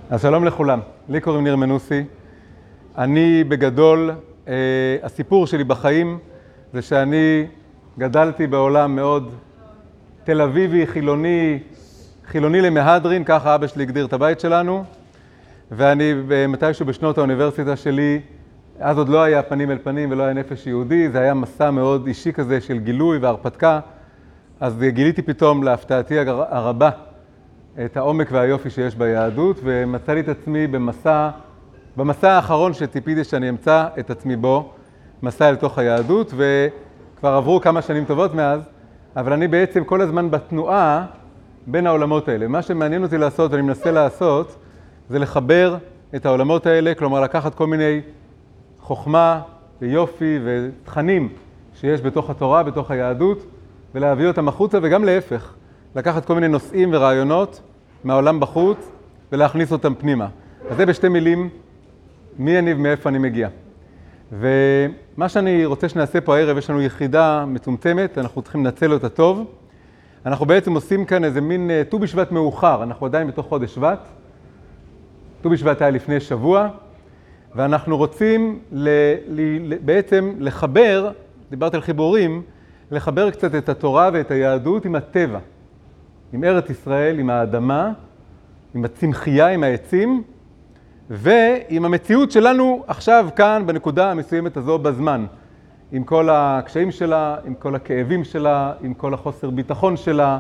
אז שלום לכולם, לי קוראים ניר מנוסי. אני בגדול, הסיפור שלי בחיים זה שאני גדלתי בעולם מאוד תל אביבי, חילוני למהדרין, ככה אבא שלי הגדיר את הבית שלנו. ואני מתישהו בשנות האוניברסיטה שלי, אז עוד לא היה פנים אל פנים ולא היה נפש יהודי, זה היה מסע מאוד אישי כזה של גילוי והרפתקה. אז גיליתי פתאום להפתעתי הרבה את העומק והיופי שיש ביהדות, ומצאתי את עצמי במסע האחרון שציפיתי שאני אמצא את עצמי בו, מסע אל תוך היהדות, וכבר עברו כמה שנים טובות מאז, אבל אני בעצם כל הזמן בתנועה בין העולמות האלה. מה שמעניין אותי לעשות, ואני מנסה לעשות, זה לחבר את העולמות האלה, כלומר לקחת כל מיני חוכמה ויופי ותכנים שיש בתוך התורה, בתוך היהדות, ולהביא אותם החוצה, וגם להפך, לקחת כל מיני נושאים ורעיונות מהעולם בחוץ, ולהכניס אותם פנימה. אז זה בשתי מילים, מי אני ומאיפה אני מגיע. ומה שאני רוצה שנעשה פה הערב, יש לנו יחידה מצומצמת, אנחנו צריכים לנצל אותה טוב. אנחנו בעצם עושים כאן איזה מין ט"ו בשבט מאוחר, אנחנו עדיין בתוך חודש שבט. ט"ו בשבט היה לפני שבוע, ואנחנו רוצים בעצם לחבר, דיברתי על חיבורים, לחבר קצת את התורה ואת היהדות עם הטבע, עם ארץ ישראל, עם האדמה, עם הצמחייה, עם העצים, ועם המציאות שלנו עכשיו כאן בנקודה המסוימת הזו בזמן, עם כל הקשיים שלה, עם כל הכאבים שלה, עם כל החוסר ביטחון שלה,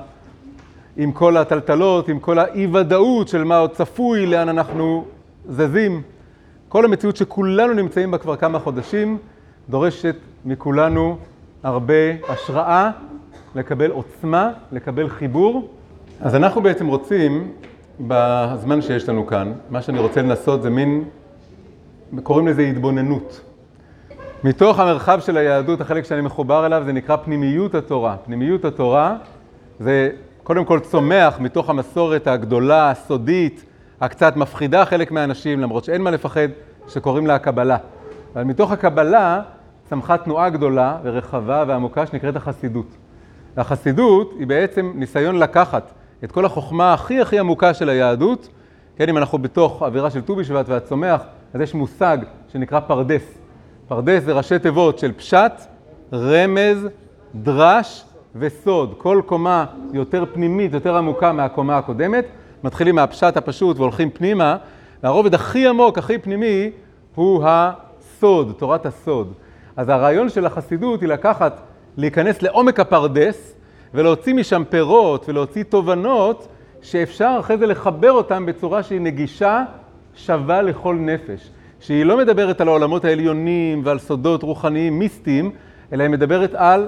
עם כל הטלטלות, עם כל האי-ודאות של מה עוד צפוי, לאן אנחנו זזים. כל המציאות שכולנו נמצאים בה כבר כמה חודשים, דורשת מכולנו הרבה השראה, לקבל עוצמה, לקבל חיבור. אז אנחנו בעצם רוצים, בזמן שיש לנו כאן, מה שאני רוצה לנסות זה מין, קוראים לזה התבוננות. מתוך המרחב של היהדות, החלק שאני מחובר אליו, זה נקרא פנימיות התורה. פנימיות התורה זה קודם כל צומח מתוך המסורת הגדולה, הסודית, הקצת מפחידה חלק מהאנשים, למרות שאין מה לפחד, שקוראים לה הקבלה. אבל מתוך הקבלה צמחה תנועה גדולה ורחבה ועמוקה שנקראת החסידות. החסידות היא בעצם ניסיון לקחת את כל החוכמה הכי עמוקה של היהדות. כן, אם אנחנו בתוך אווירה של ט"ו בשבט והצומח, אז יש מושג שנקרא פרדס. פרדס זה ראשי תיבות של פשט, רמז, דרש וסוד. כל קומה יותר פנימית, יותר עמוקה מהקומה הקודמת. מתחילים מהפשט הפשוט והולכים פנימה. והרובד הכי עמוק, הכי פנימי, הוא הסוד, תורת הסוד. אז הרעיון של החסידות היא להיכנס לעומק הפרדס, ולהוציא משם פירות ולהוציא תובנות, שאפשר אחרי זה לחבר אותם בצורה שהיא נגישה, שווה לכל נפש. שהיא לא מדברת על העולמות העליונים ועל סודות רוחניים מיסטיים, אלא היא מדברת על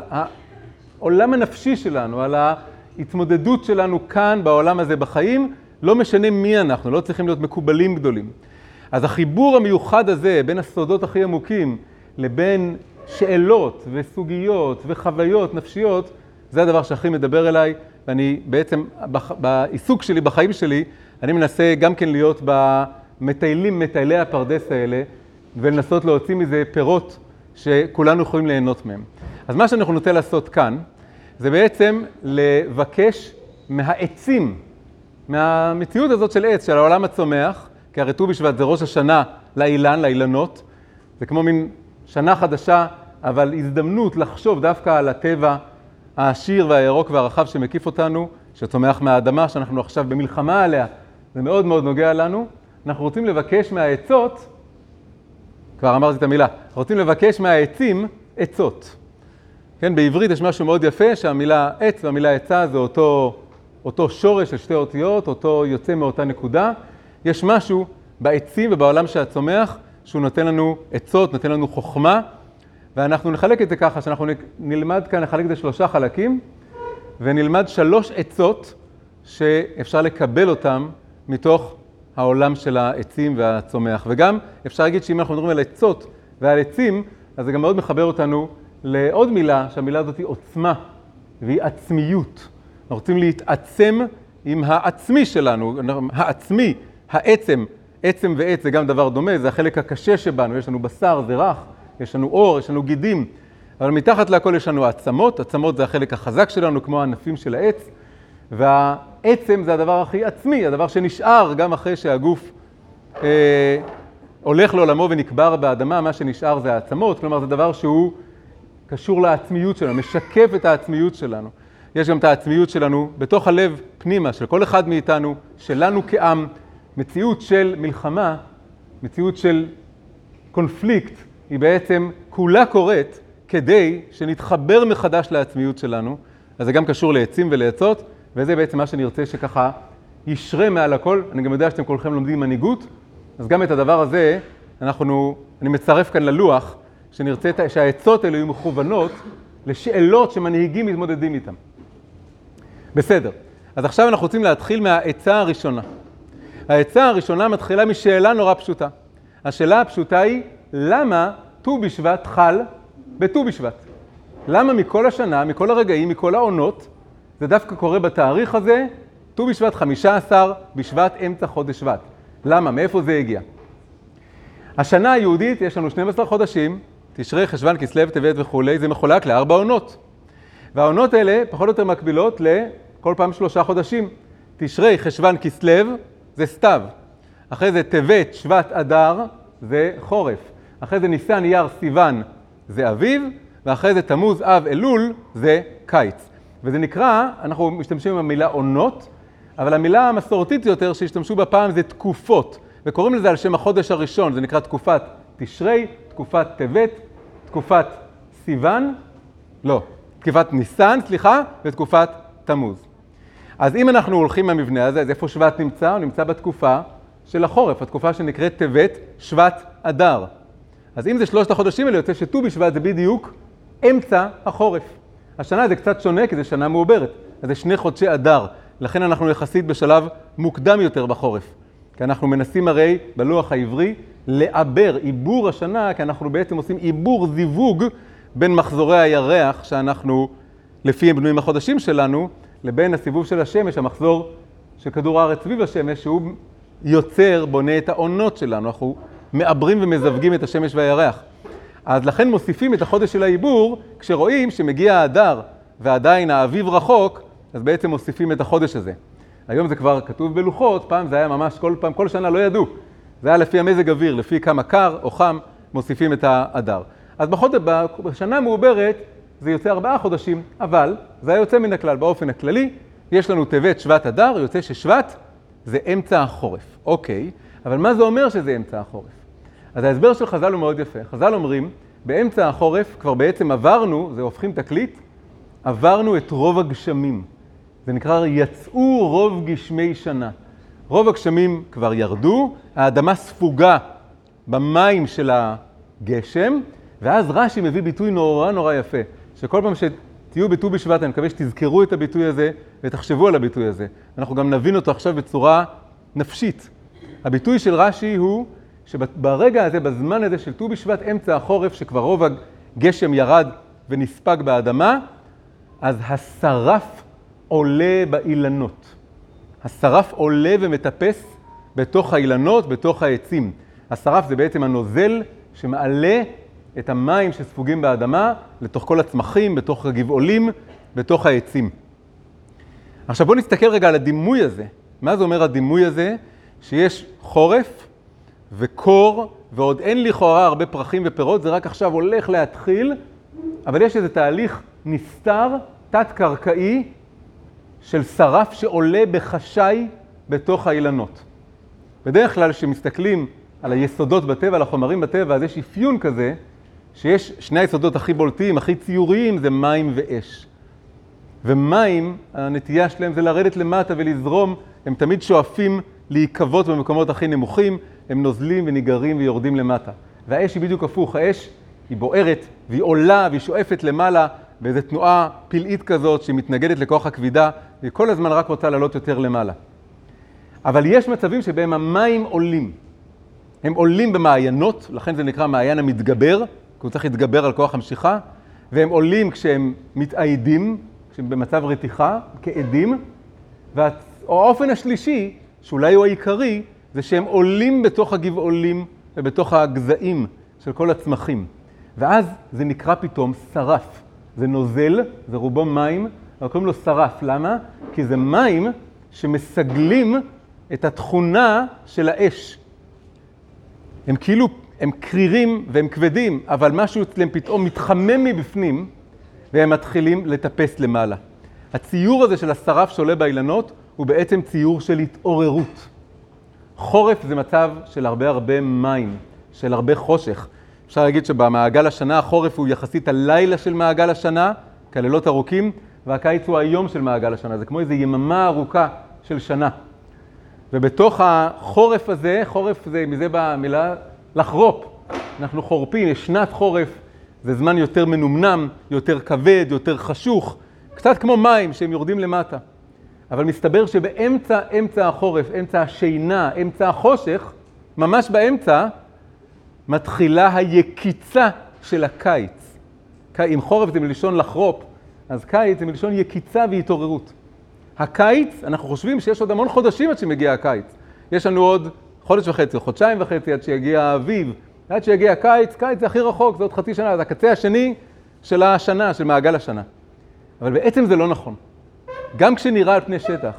העולם הנפשי שלנו, על ההתמודדות שלנו כאן בעולם הזה בחיים, לא משנה מי אנחנו, לא צריכים להיות מקובלים גדולים. אז החיבור המיוחד הזה בין הסודות הכי עמוקים לבין שאלות וסוגיות וחוויות נפשיות, זה הדבר שהכי מדבר אליי, ואני בעצם בעיסוק שלי, בחיים שלי, אני מנסה גם כן להיות מטיילי הפרדס האלה, ולנסות להוציא מזה פירות שכולנו יכולים ליהנות מהם. אז מה שאנחנו נוטה לעשות כאן, זה בעצם לבקש מהעצים, מהמציאות הזאת של עץ, של העולם הצומח, כי הרי ט"ו בשבט זה ראש השנה לאילנות, זה כמו מין שנה חדשה, אבל הזדמנות לחשוב דווקא על הטבע העשיר והירוק והרחב שמקיף אותנו, שצומח מהאדמה, שאנחנו עכשיו במלחמה עליה, זה מאוד מאוד נוגע לנו. אנחנו רוצים לבקש מהעצות, כבר אמרתי את המילה, רוצים לבקש מהעצים עצות. כן, בעברית יש משהו מאוד יפה, שהמילה עץ והמילה עצה זה אותו שורש של שתי אותיות, אותו יוצא מאותה נקודה. יש משהו בעצים ובעולם שהצומח, שהוא נותן לנו עצות, נותן לנו חוכמה, ואנחנו נחלק את זה ככה, שאנחנו נלמד כאן, נחלק את זה 3 חלקים, ונלמד 3 עצות שאפשר לקבל אותם מתוך העולם של העצים והצומח. וגם אפשר להגיד שאם אנחנו מדברים על עצות ועל עצים, אז זה גם מאוד מחבר אותנו לעוד מילה, שהמילה הזאת היא עוצמה, והיא עצמיות. אנחנו רוצים להתעצם עם העצמי שלנו, העצמי, העצם, עצם ועץ זה גם דבר דומה, זה החלק הקשה שבנו, יש לנו בשר, זה רך, יש לנו אור, יש לנו גידים, אבל מתחת להכל יש לנו עצמות, עצמות זה החלק החזק שלנו כמו הענפים של העץ, והעצם זה הדבר הכי עצמי, הדבר שנשאר גם אחרי שהגוף הולך לעולמו ונקבר באדמה, מה שנשאר זה העצמות, כלומר זה דבר שהוא קשור לעצמיות שלנו, משקף את העצמיות שלנו. יש גם את העצמיות שלנו בתוך הלב פנימה של כל אחד מאיתנו, שלנו כעם, מציאות של מלחמה, מציאות של קונפליקט, היא בעצם כולה קורית כדי שנתחבר מחדש לעצמיות שלנו, אז זה גם קשור לעצים ולעצות, וזה בעצם מה שאני רוצה שככה ישרה מעל הכל. אני גם יודע שאתם כולכם לומדים מנהיגות, אז גם את הדבר הזה אני מצרף כאן ללוח, שנרצה שהעצות האלה יהיו מכוונות לשאלות שמנהיגים מתמודדים איתם. בסדר, אז עכשיו אנחנו רוצים להתחיל מהעצה הראשונה. העצה הראשונה מתחילה משאלה נורא פשוטה. השאלה הפשוטה היא, למה ט"ו בשבט חל בט"ו בשבט? למה מכל השנה, מכל הרגעים, מכל העונות, זה דווקא קורה בתאריך הזה, ט"ו בשבט 15 בשבט אמצע חודש שבט? למה? מאיפה זה הגיע? השנה היהודית יש לנו 12 חודשים, תשרי, חשוון, כסלו, טבת וכו', זה מחולק ל4 עונות. והעונות האלה פחות או יותר מקבילות לכל פעם 3 חודשים. תשרי, חשוון, כסלו זה סתיו. אחרי זה טבת, שבט, אדר זה חורף. אחרי זה ניסן, אייר, סיוון זה אביב. ואחרי זה תמוז, אב, אלול זה קיץ. וזה נקרא, אנחנו משתמשים במילה עונות, אבל המילה המסורתית יותר שהשתמשו בה פעם זה תקופות. וקוראים לזה על שם החודש הראשון, זה נקרא תקופת תשרי, תקופת טבת, תקופת סיוון, לא, תקופת ניסן, ותקופת תמוז. אז אם אנחנו הולכים מהמבנה הזה, אז איפה שבט נמצא? הוא נמצא בתקופה של החורף, התקופה שנקראת טבת, שבט, אדר. אז אם זה 3 החודשים האלה, יוצא שט"ו בשבט זה בדיוק אמצע החורף. השנה זה קצת שונה, כי זה שנה מעוברת. אז זה 2 חודשי אדר. לכן אנחנו יחסית בשלב מוקדם יותר בחורף. כי אנחנו מנסים הרי בלוח העברי לעבר, עיבור השנה, כי אנחנו בעצם עושים עיבור זיווג בין מחזורי הירח שאנחנו, לפי הם בנויים החודשים שלנו, לבין הסיבוב של השמש, המחזור של כדור הארץ סביב השמש, שהוא יוצר, בונה את העונות שלנו. אנחנו מעברים ומזווגים את השמש והירח. אז לכן מוסיפים את החודש של העיבור, כשרואים שמגיע האדר ועדיין האביב רחוק, אז בעצם מוסיפים את החודש הזה. היום זה כבר כתוב בלוחות, פעם זה היה ממש כל שנה לא ידעו. זה היה לפי המזג אוויר, לפי כמה קר או חם, מוסיפים את האדר. אז בשנה המעוברת זה יוצא 4 חודשים, אבל זה היה יוצא מן הכלל. באופן הכללי, יש לנו טבת, שבט, אדר, יוצא ששבט זה אמצע החורף. אוקיי, אבל מה זה אומר שזה אמצע החורף? אז ההסבר של חז"ל הוא מאוד יפה. חז"ל אומרים, באמצע החורף כבר בעצם עברנו, זה הופכים תקליט, עברנו את רוב הגשמים. זה נקרא יצאו רוב גשמי שנה. רוב הגשמים כבר ירדו, האדמה ספוגה במים של הגשם, ואז רש"י מביא ביטוי נורא יפה, שכל פעם שתהיו בט"ו בשבט, אני מקווה שתזכרו את הביטוי הזה ותחשבו על הביטוי הזה. אנחנו גם נבין אותו עכשיו בצורה נפשית. הביטוי של רש"י הוא שברגע הזה, בזמן הזה של ט"ו בשבט, אמצע החורף, שכבר רוב הגשם ירד ונספג באדמה, אז השרף עולה באילנות. השרף עולה ומטפס בתוך האילנות, בתוך העצים. השרף זה בעצם הנוזל שמעלה את המים שספוגים באדמה לתוך כל הצמחים, בתוך הגבעולים, בתוך העצים. עכשיו בואו נסתכל רגע על הדימוי הזה. מה זה אומר הדימוי הזה? שיש חורף וקור, ועוד אין לכאורה הרבה פרחים ופירות, זה רק עכשיו הולך להתחיל, אבל יש איזה תהליך נסתר, תת-קרקעי, של שרף שעולה בחשאי בתוך האילנות. בדרך כלל כשמסתכלים על היסודות בטבע, על החומרים בטבע, אז יש אפיון כזה, שיש 2 היסודות הכי בולטים, הכי ציוריים, זה מים ואש. ומים, הנטייה שלהם זה לרדת למטה ולזרום, הם תמיד שואפים להיקוות במקומות הכי נמוכים, הם נוזלים וניגרים ויורדים למטה. והאש היא בדיוק הפוך, האש היא בוערת והיא עולה והיא שואפת למעלה, באיזו תנועה פלאית כזאת שמתנגדת לכוח הכבידה, והיא כל הזמן רק רוצה לעלות יותר למעלה. אבל יש מצבים שבהם המים עולים. הם עולים במעיינות, לכן זה נקרא מעיין המתגבר, כי הוא צריך להתגבר על כוח המשיכה, והם עולים כשהם מתאיידים, כשהם במצב רתיחה, כעדים, והאופן השלישי, שאולי הוא העיקרי, זה שהם עולים בתוך הגבעולים ובתוך הגזעים של כל הצמחים. ואז זה נקרא פתאום שרף. זה נוזל, זה רובו מים, אבל קוראים לו שרף. למה? כי זה מים שמסגלים את התכונה של האש. הם כאילו, הם קרירים והם כבדים, אבל משהו אצלם פתאום מתחמם מבפנים, והם מתחילים לטפס למעלה. הציור הזה של השרף שעולה באילנות, הוא בעצם ציור של התעוררות. חורף זה מצב של הרבה מים, של הרבה חושך. אפשר להגיד שבמעגל השנה, החורף הוא יחסית הלילה של מעגל השנה, כלילות ארוכים, והקיץ הוא היום של מעגל השנה. זה כמו איזו יממה ארוכה של שנה. ובתוך החורף הזה, חורף זה, מזה באה המילה לחרופ. אנחנו חורפים, יש שנת חורף, זה זמן יותר מנומנם, יותר כבד, יותר חשוך, קצת כמו מים שהם יורדים למטה. אבל מסתבר שבאמצע החורף, אמצע השינה, אמצע החושך, ממש באמצע, מתחילה היקיצה של הקיץ. אם חורף זה מלשון לחרופ, אז קיץ זה מלשון יקיצה והתעוררות. הקיץ, אנחנו חושבים שיש עוד המון חודשים עד שמגיע הקיץ. יש לנו עוד חודש וחצי, חודשיים וחצי עד שיגיע האביב, עד שיגיע הקיץ, קיץ זה הכי רחוק, זה עוד חצי שנה, זה הקצה השני של השנה, של מעגל השנה. אבל בעצם זה לא נכון. גם כשנראה על פני שטח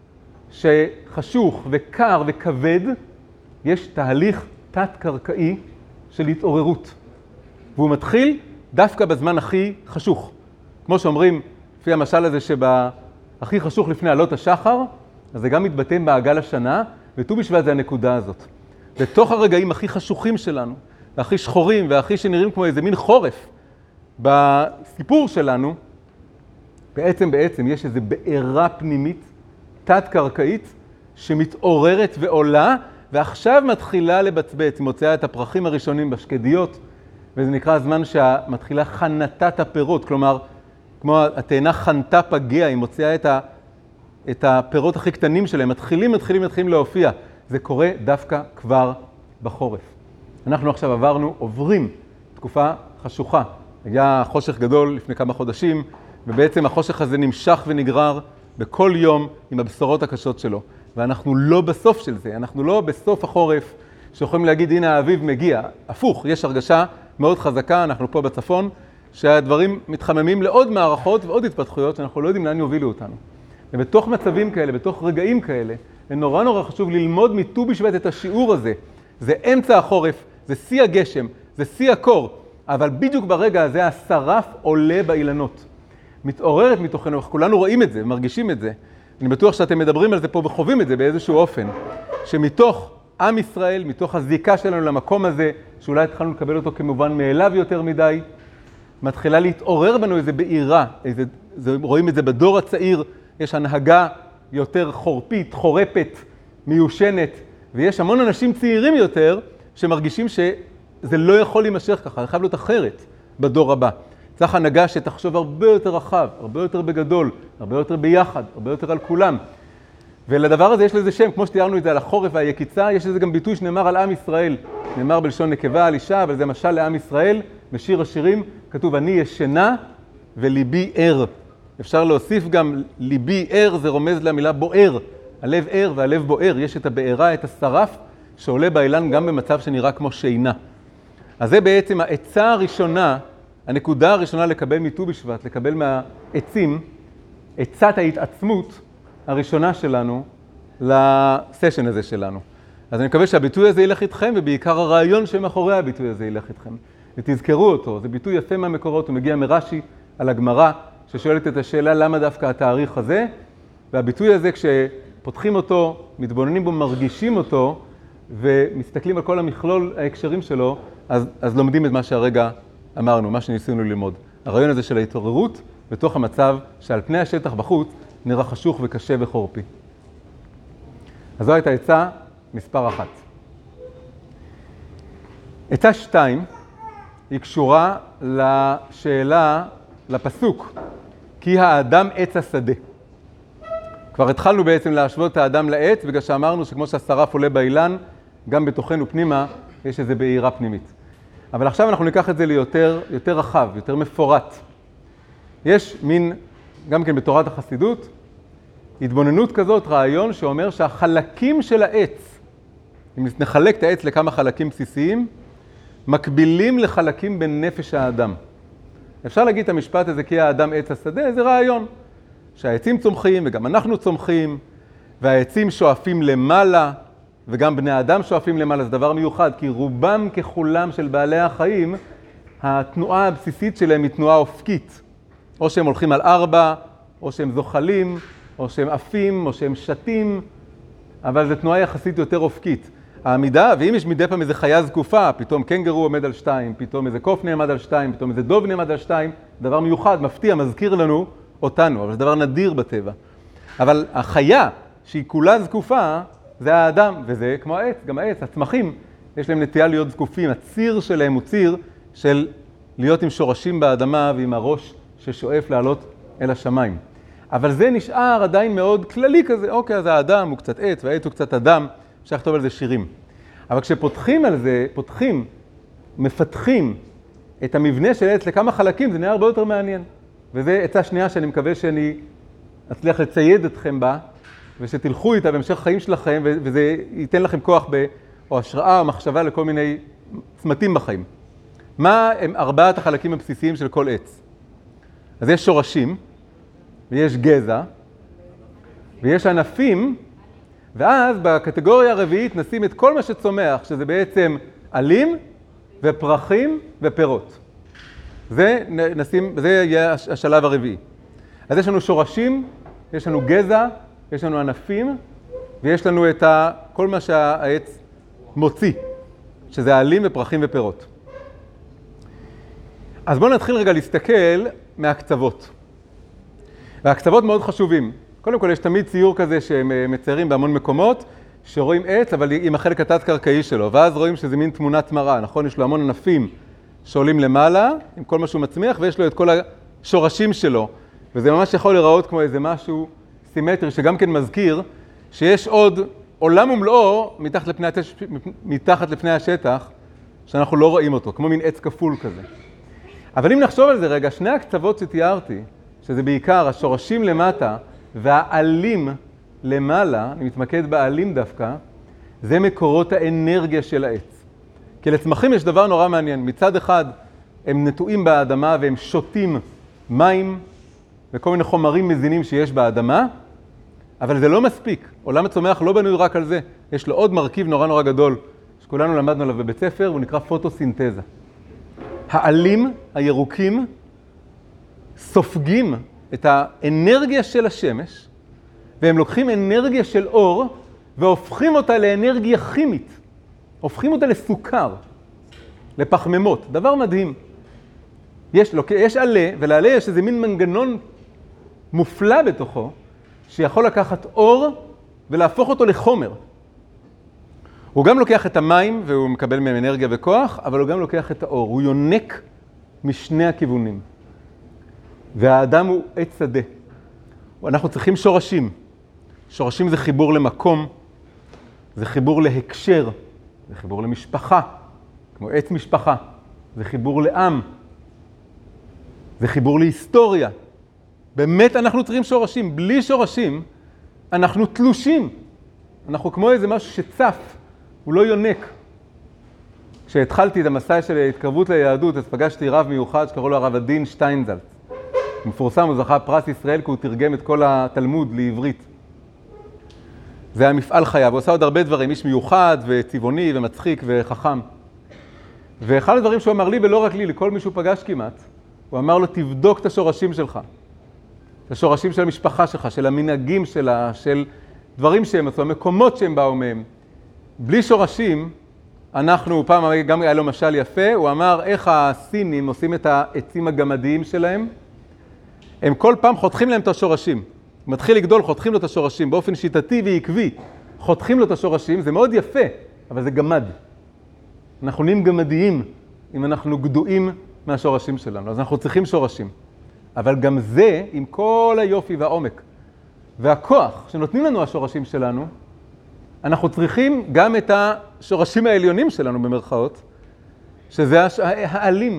שחשוך וקר וכבד, יש תהליך תת-קרקעי של התעוררות. והוא מתחיל דווקא בזמן הכי חשוך. כמו שאומרים, לפי המשל הזה הכי חשוך לפני עלות השחר, אז זה גם מתבטא מעגל השנה, וט"ו בשבט זה הנקודה הזאת. בתוך הרגעים הכי חשוכים שלנו, והכי שחורים, והכי שנראים כמו איזה מין חורף, בסיפור שלנו, בעצם יש איזו בעירה פנימית, תת-קרקעית, שמתעוררת ועולה, ועכשיו מתחילה לבצבץ, היא מוציאה את הפרחים הראשונים בשקדיות, וזה נקרא הזמן שמתחילה חנתת הפירות, כלומר, כמו התאנה חנתה פגע, היא מוציאה את הפירות הכי קטנים שלהם, מתחילים להופיע. זה קורה דווקא כבר בחורף. אנחנו עכשיו עוברים תקופה חשוכה. היה חושך גדול לפני כמה חודשים, ובעצם החושך הזה נמשך ונגרר בכל יום עם הבשורות הקשות שלו. ואנחנו לא בסוף של זה, אנחנו לא בסוף החורף שיכולים להגיד, הנה האביב מגיע. הפוך, יש הרגשה מאוד חזקה, אנחנו פה בצפון, שהדברים מתחממים לעוד מערכות ועוד התפתחויות שאנחנו לא יודעים לאן יובילו אותנו. ובתוך מצבים כאלה, בתוך רגעים כאלה, זה נורא חשוב ללמוד מט"ו בשבט את השיעור הזה. זה אמצע החורף, זה שיא הגשם, זה שיא הקור, אבל בדיוק ברגע הזה השרף עולה באילנות. מתעוררת מתוכנו, כולנו רואים את זה, מרגישים את זה. אני בטוח שאתם מדברים על זה פה וחווים את זה באיזשהו אופן. שמתוך עם ישראל, מתוך הזיקה שלנו למקום הזה, שאולי התחלנו לקבל אותו כמובן מאליו יותר מדי, מתחילה להתעורר בנו איזו בעירה, רואים את זה בדור הצעיר, יש הנהגה יותר חורפית, חורפת, מיושנת, ויש המון אנשים צעירים יותר שמרגישים שזה לא יכול להימשך ככה, זה חייב להיות אחרת בדור הבא. צריך הנהגה שתחשוב הרבה יותר רחב, הרבה יותר בגדול, הרבה יותר ביחד, הרבה יותר על כולם. ולדבר הזה יש לזה שם, כמו שתיארנו את זה על החורף והיקיצה, יש לזה גם ביטוי שנאמר על עם ישראל. נאמר בלשון נקבה על אישה, אבל זה משל לעם ישראל, בשיר השירים, כתוב, אני ישנה וליבי ער. אפשר להוסיף גם ליבי ער, זה רומז למילה בוער. הלב ער והלב בוער, יש את הבעירה, את השרף, שעולה באילן גם במצב שנראה כמו שינה. אז זה בעצם העצה הראשונה, הנקודה הראשונה לקבל מט"ו בשבט, לקבל מהעצים, עצת ההתעצמות הראשונה שלנו לסשן הזה שלנו. אז אני מקווה שהביטוי הזה ילך איתכם, ובעיקר הרעיון שמאחורי הביטוי הזה ילך איתכם. ותזכרו אותו, זה ביטוי יפה מהמקורות, הוא מגיע מרש"י על הגמרא, ששואלת את השאלה למה דווקא התאריך הזה, והביטוי הזה כשפותחים אותו, מתבוננים בו, מרגישים אותו, ומסתכלים על כל המכלול ההקשרים שלו, אז לומדים את מה שהרגע אמרנו, מה שניסינו ללמוד. הרעיון הזה של ההתעוררות, בתוך המצב שעל פני השטח בחוץ, נראה חשוך וקשה וחורפי. אז זו הייתה עצה מספר 1. עצה 2 היא קשורה לשאלה, לפסוק, כי האדם עץ השדה. כבר התחלנו בעצם להשוות את האדם לעץ, בגלל שאמרנו שכמו שהשרף עולה באילן, גם בתוכנו פנימה יש איזו בעירה פנימית. אבל עכשיו אנחנו ניקח את זה ליותר רחב, יותר מפורט. יש מין, גם כן בתורת החסידות, התבוננות כזאת, רעיון שאומר שהחלקים של העץ, אם נחלק את העץ לכמה חלקים בסיסיים, מקבילים לחלקים בנפש האדם. אפשר להגיד את המשפט הזה, כי האדם עץ השדה, זה רעיון. שהעצים צומחים וגם אנחנו צומחים, והעצים שואפים למעלה, וגם בני האדם שואפים למעלה, זה דבר מיוחד, כי רובם ככולם של בעלי החיים, התנועה הבסיסית שלהם היא תנועה אופקית. או שהם הולכים על 4, או שהם זוחלים, או שהם עפים, או שהם שתים, אבל זו תנועה יחסית יותר אופקית. העמידה, ואם יש מדי פעם איזה חיה זקופה, פתאום קנגרו עומד על 2, פתאום איזה קוף נעמד על 2, פתאום איזה דוב נעמד על 2, דבר מיוחד, מפתיע, מזכיר לנו אותנו, אבל זה דבר נדיר בטבע. אבל החיה שהיא כולה זקופה, זה האדם, וזה כמו העץ, גם העץ, הצמחים, יש להם נטייה להיות זקופים, הציר שלהם הוא ציר של להיות עם שורשים באדמה ועם הראש ששואף לעלות אל השמיים. אבל זה נשאר עדיין מאוד כללי כזה, אוקיי, אז האדם הוא קצת עץ, והעץ הוא קצת אדם, אפשר לכתוב על זה שירים. אבל כשפותחים על זה, מפתחים את המבנה של עץ לכמה חלקים, זה נהיה הרבה יותר מעניין. וזו עצה שנייה שאני מקווה שאני אצליח לצייד אתכם בה, ושתלכו איתה בהמשך חיים שלכם, וזה ייתן לכם כוח או השראה או מחשבה לכל מיני צמתים בחיים. מה הם 4 החלקים הבסיסיים של כל עץ? אז יש שורשים, ויש גזע, ויש ענפים, ואז בקטגוריה הרביעית נשים את כל מה שצומח, שזה בעצם עלים ופרחים ופירות. זה יהיה השלב הרביעי. אז יש לנו שורשים, יש לנו גזע, יש לנו ענפים, ויש לנו את כל מה שהעץ מוציא, שזה עלים ופרחים ופירות. אז בואו נתחיל רגע להסתכל מהקצוות. והקצוות מאוד חשובים. קודם כל יש תמיד ציור כזה שהם מציירים בהמון מקומות, שרואים עץ, אבל עם החלק התת-קרקעי שלו, ואז רואים שזה מין תמונת מראה, נכון? יש לו המון ענפים שעולים למעלה, עם כל מה שהוא מצמיח, ויש לו את כל השורשים שלו. וזה ממש יכול להיראות כמו איזה משהו סימטרי, שגם כן מזכיר שיש עוד עולם ומלואו מתחת לפני השטח, שאנחנו לא רואים אותו, כמו מין עץ כפול כזה. אבל אם נחשוב על זה רגע, שני הקצוות שתיארתי, שזה בעיקר השורשים למטה והעלים למעלה, אני מתמקד בעלים דווקא, זה מקורות האנרגיה של העץ. כי לצמחים יש דבר נורא מעניין. מצד אחד הם נטועים באדמה והם שותים מים וכל מיני חומרים מזינים שיש באדמה, אבל זה לא מספיק. עולם הצומח לא בנוי רק על זה. יש לו עוד מרכיב נורא נורא גדול, שכולנו למדנו עליו בבית ספר, הוא נקרא פוטוסינתזה. העלים הירוקים סופגים את האנרגיה של השמש, והם לוקחים אנרגיה של אור, והופכים אותה לאנרגיה כימית. הופכים אותה לסוכר, לפחמימות. דבר מדהים. יש עלה, ולעלה יש איזה מין מנגנון מופלא בתוכו, שיכול לקחת אור ולהפוך אותו לחומר. הוא גם לוקח את המים, והוא מקבל מהם אנרגיה וכוח, אבל הוא גם לוקח את האור. הוא יונק משני הכיוונים. והאדם הוא עץ שדה. אנחנו צריכים שורשים. שורשים זה חיבור למקום, זה חיבור להקשר, זה חיבור למשפחה, כמו עץ משפחה. זה חיבור לעם, זה חיבור להיסטוריה. באמת אנחנו צריכים שורשים. בלי שורשים אנחנו תלושים. אנחנו כמו איזה משהו שצף, הוא לא יונק. כשהתחלתי את המסע של התקרבות ליהדות, אז פגשתי רב מיוחד שקראו לו הרב עדין שטיינזלץ. מפורסם, הוא זכה פרס ישראל כי הוא תרגם את כל התלמוד לעברית. זה היה מפעל חייו, הוא עשה עוד הרבה דברים, איש מיוחד וצבעוני ומצחיק וחכם. ואחד הדברים שהוא אמר לי, ולא רק לי, לכל מישהו פגש כמעט, הוא אמר לו, תבדוק את השורשים שלך. את השורשים של המשפחה שלך, של המנהגים שלה, של דברים שהם עשו, המקומות שהם באו מהם. בלי שורשים, אנחנו, פעם גם היה לו משל יפה, הוא אמר איך הסינים עושים את העצים הגמדיים שלהם. הם כל פעם חותכים להם את השורשים. מתחיל לגדול, חותכים לו את השורשים, באופן שיטתי ועקבי. חותכים לו את השורשים, זה מאוד יפה, אבל זה גמד. אנחנו נהיים גמדיים אם אנחנו גדועים מהשורשים שלנו, אז אנחנו צריכים שורשים. אבל גם זה, עם כל היופי והעומק והכוח שנותנים לנו השורשים שלנו, אנחנו צריכים גם את השורשים העליונים שלנו במרכאות, שזה העלים,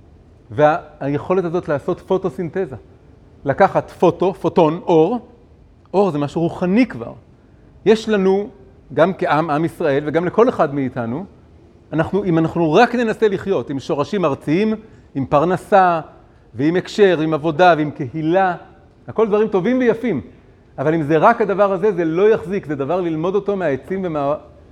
והיכולת הזאת לעשות פוטוסינתזה. לקחת פוטון, אור זה משהו רוחני כבר. יש לנו, גם כעם, עם ישראל, וגם לכל אחד מאיתנו, אם אנחנו רק ננסה לחיות עם שורשים ארציים, עם פרנסה, ועם הקשר, עם עבודה, ועם קהילה, הכל דברים טובים ויפים. אבל אם זה רק הדבר הזה, זה לא יחזיק, זה דבר ללמוד אותו מהעצים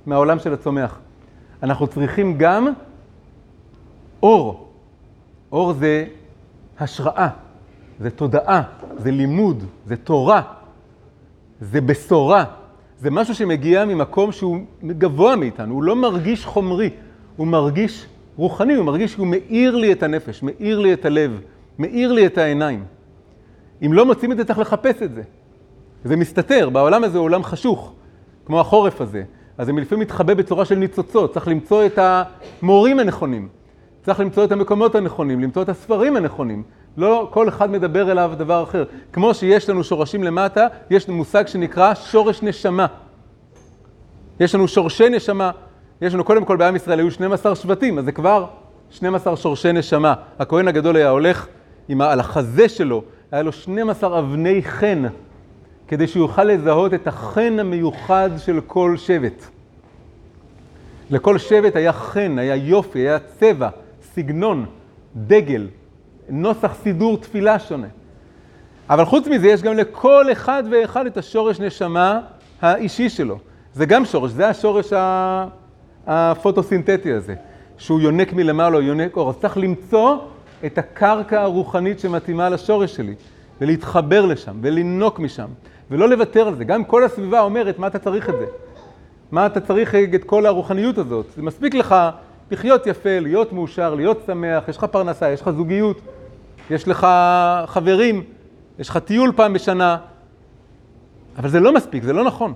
מהעולם של הצומח. אנחנו צריכים גם אור. אור זה השראה, זה תודעה, זה לימוד, זה תורה, זה בשורה. זה משהו שמגיע ממקום שהוא גבוה מאיתנו, הוא לא מרגיש חומרי, הוא מרגיש רוחני, הוא מרגיש שהוא מאיר לי את הנפש, מאיר לי את הלב, מאיר לי את העיניים. אם לא מוצאים את זה, צריך לחפש את זה. זה מסתתר, בעולם הזה הוא עולם חשוך, כמו החורף הזה. אז זה לפעמים מתחבא בצורה של ניצוצות, צריך למצוא את המורים הנכונים, צריך למצוא את המקומות הנכונים, למצוא את הספרים הנכונים. לא כל אחד מדבר אליו דבר אחר. כמו שיש לנו שורשים למטה, יש לנו מושג שנקרא שורש נשמה. יש לנו שורשי נשמה. יש לנו קודם כל בעם ישראל היו 12 שבטים, אז זה כבר 12 שורשי נשמה. הכהן הגדול היה הולך על החזה שלו, היה לו 12 אבני חן, כדי שהוא יוכל לזהות את החן המיוחד של כל שבט. לכל שבט היה חן, היה יופי, היה צבע, סגנון, דגל, נוסח סידור תפילה שונה. אבל חוץ מזה יש גם לכל אחד ואחד את השורש נשמה האישי שלו. זה גם שורש, זה השורש הפוטוסינתטי הזה, שהוא יונק מלמעלה, יונק אור. אז צריך למצוא את הקרקע הרוחנית שמתאימה לשורש שלי, ולהתחבר לשם, ולנוק משם, ולא לוותר על זה. גם כל הסביבה אומרת, מה אתה צריך את זה? מה אתה צריך את כל הרוחניות הזאת? זה מספיק לך לחיות יפה, להיות מאושר, להיות שמח, יש לך פרנסה, יש לך זוגיות, יש לך חברים, יש לך טיול פעם בשנה, אבל זה לא מספיק, זה לא נכון.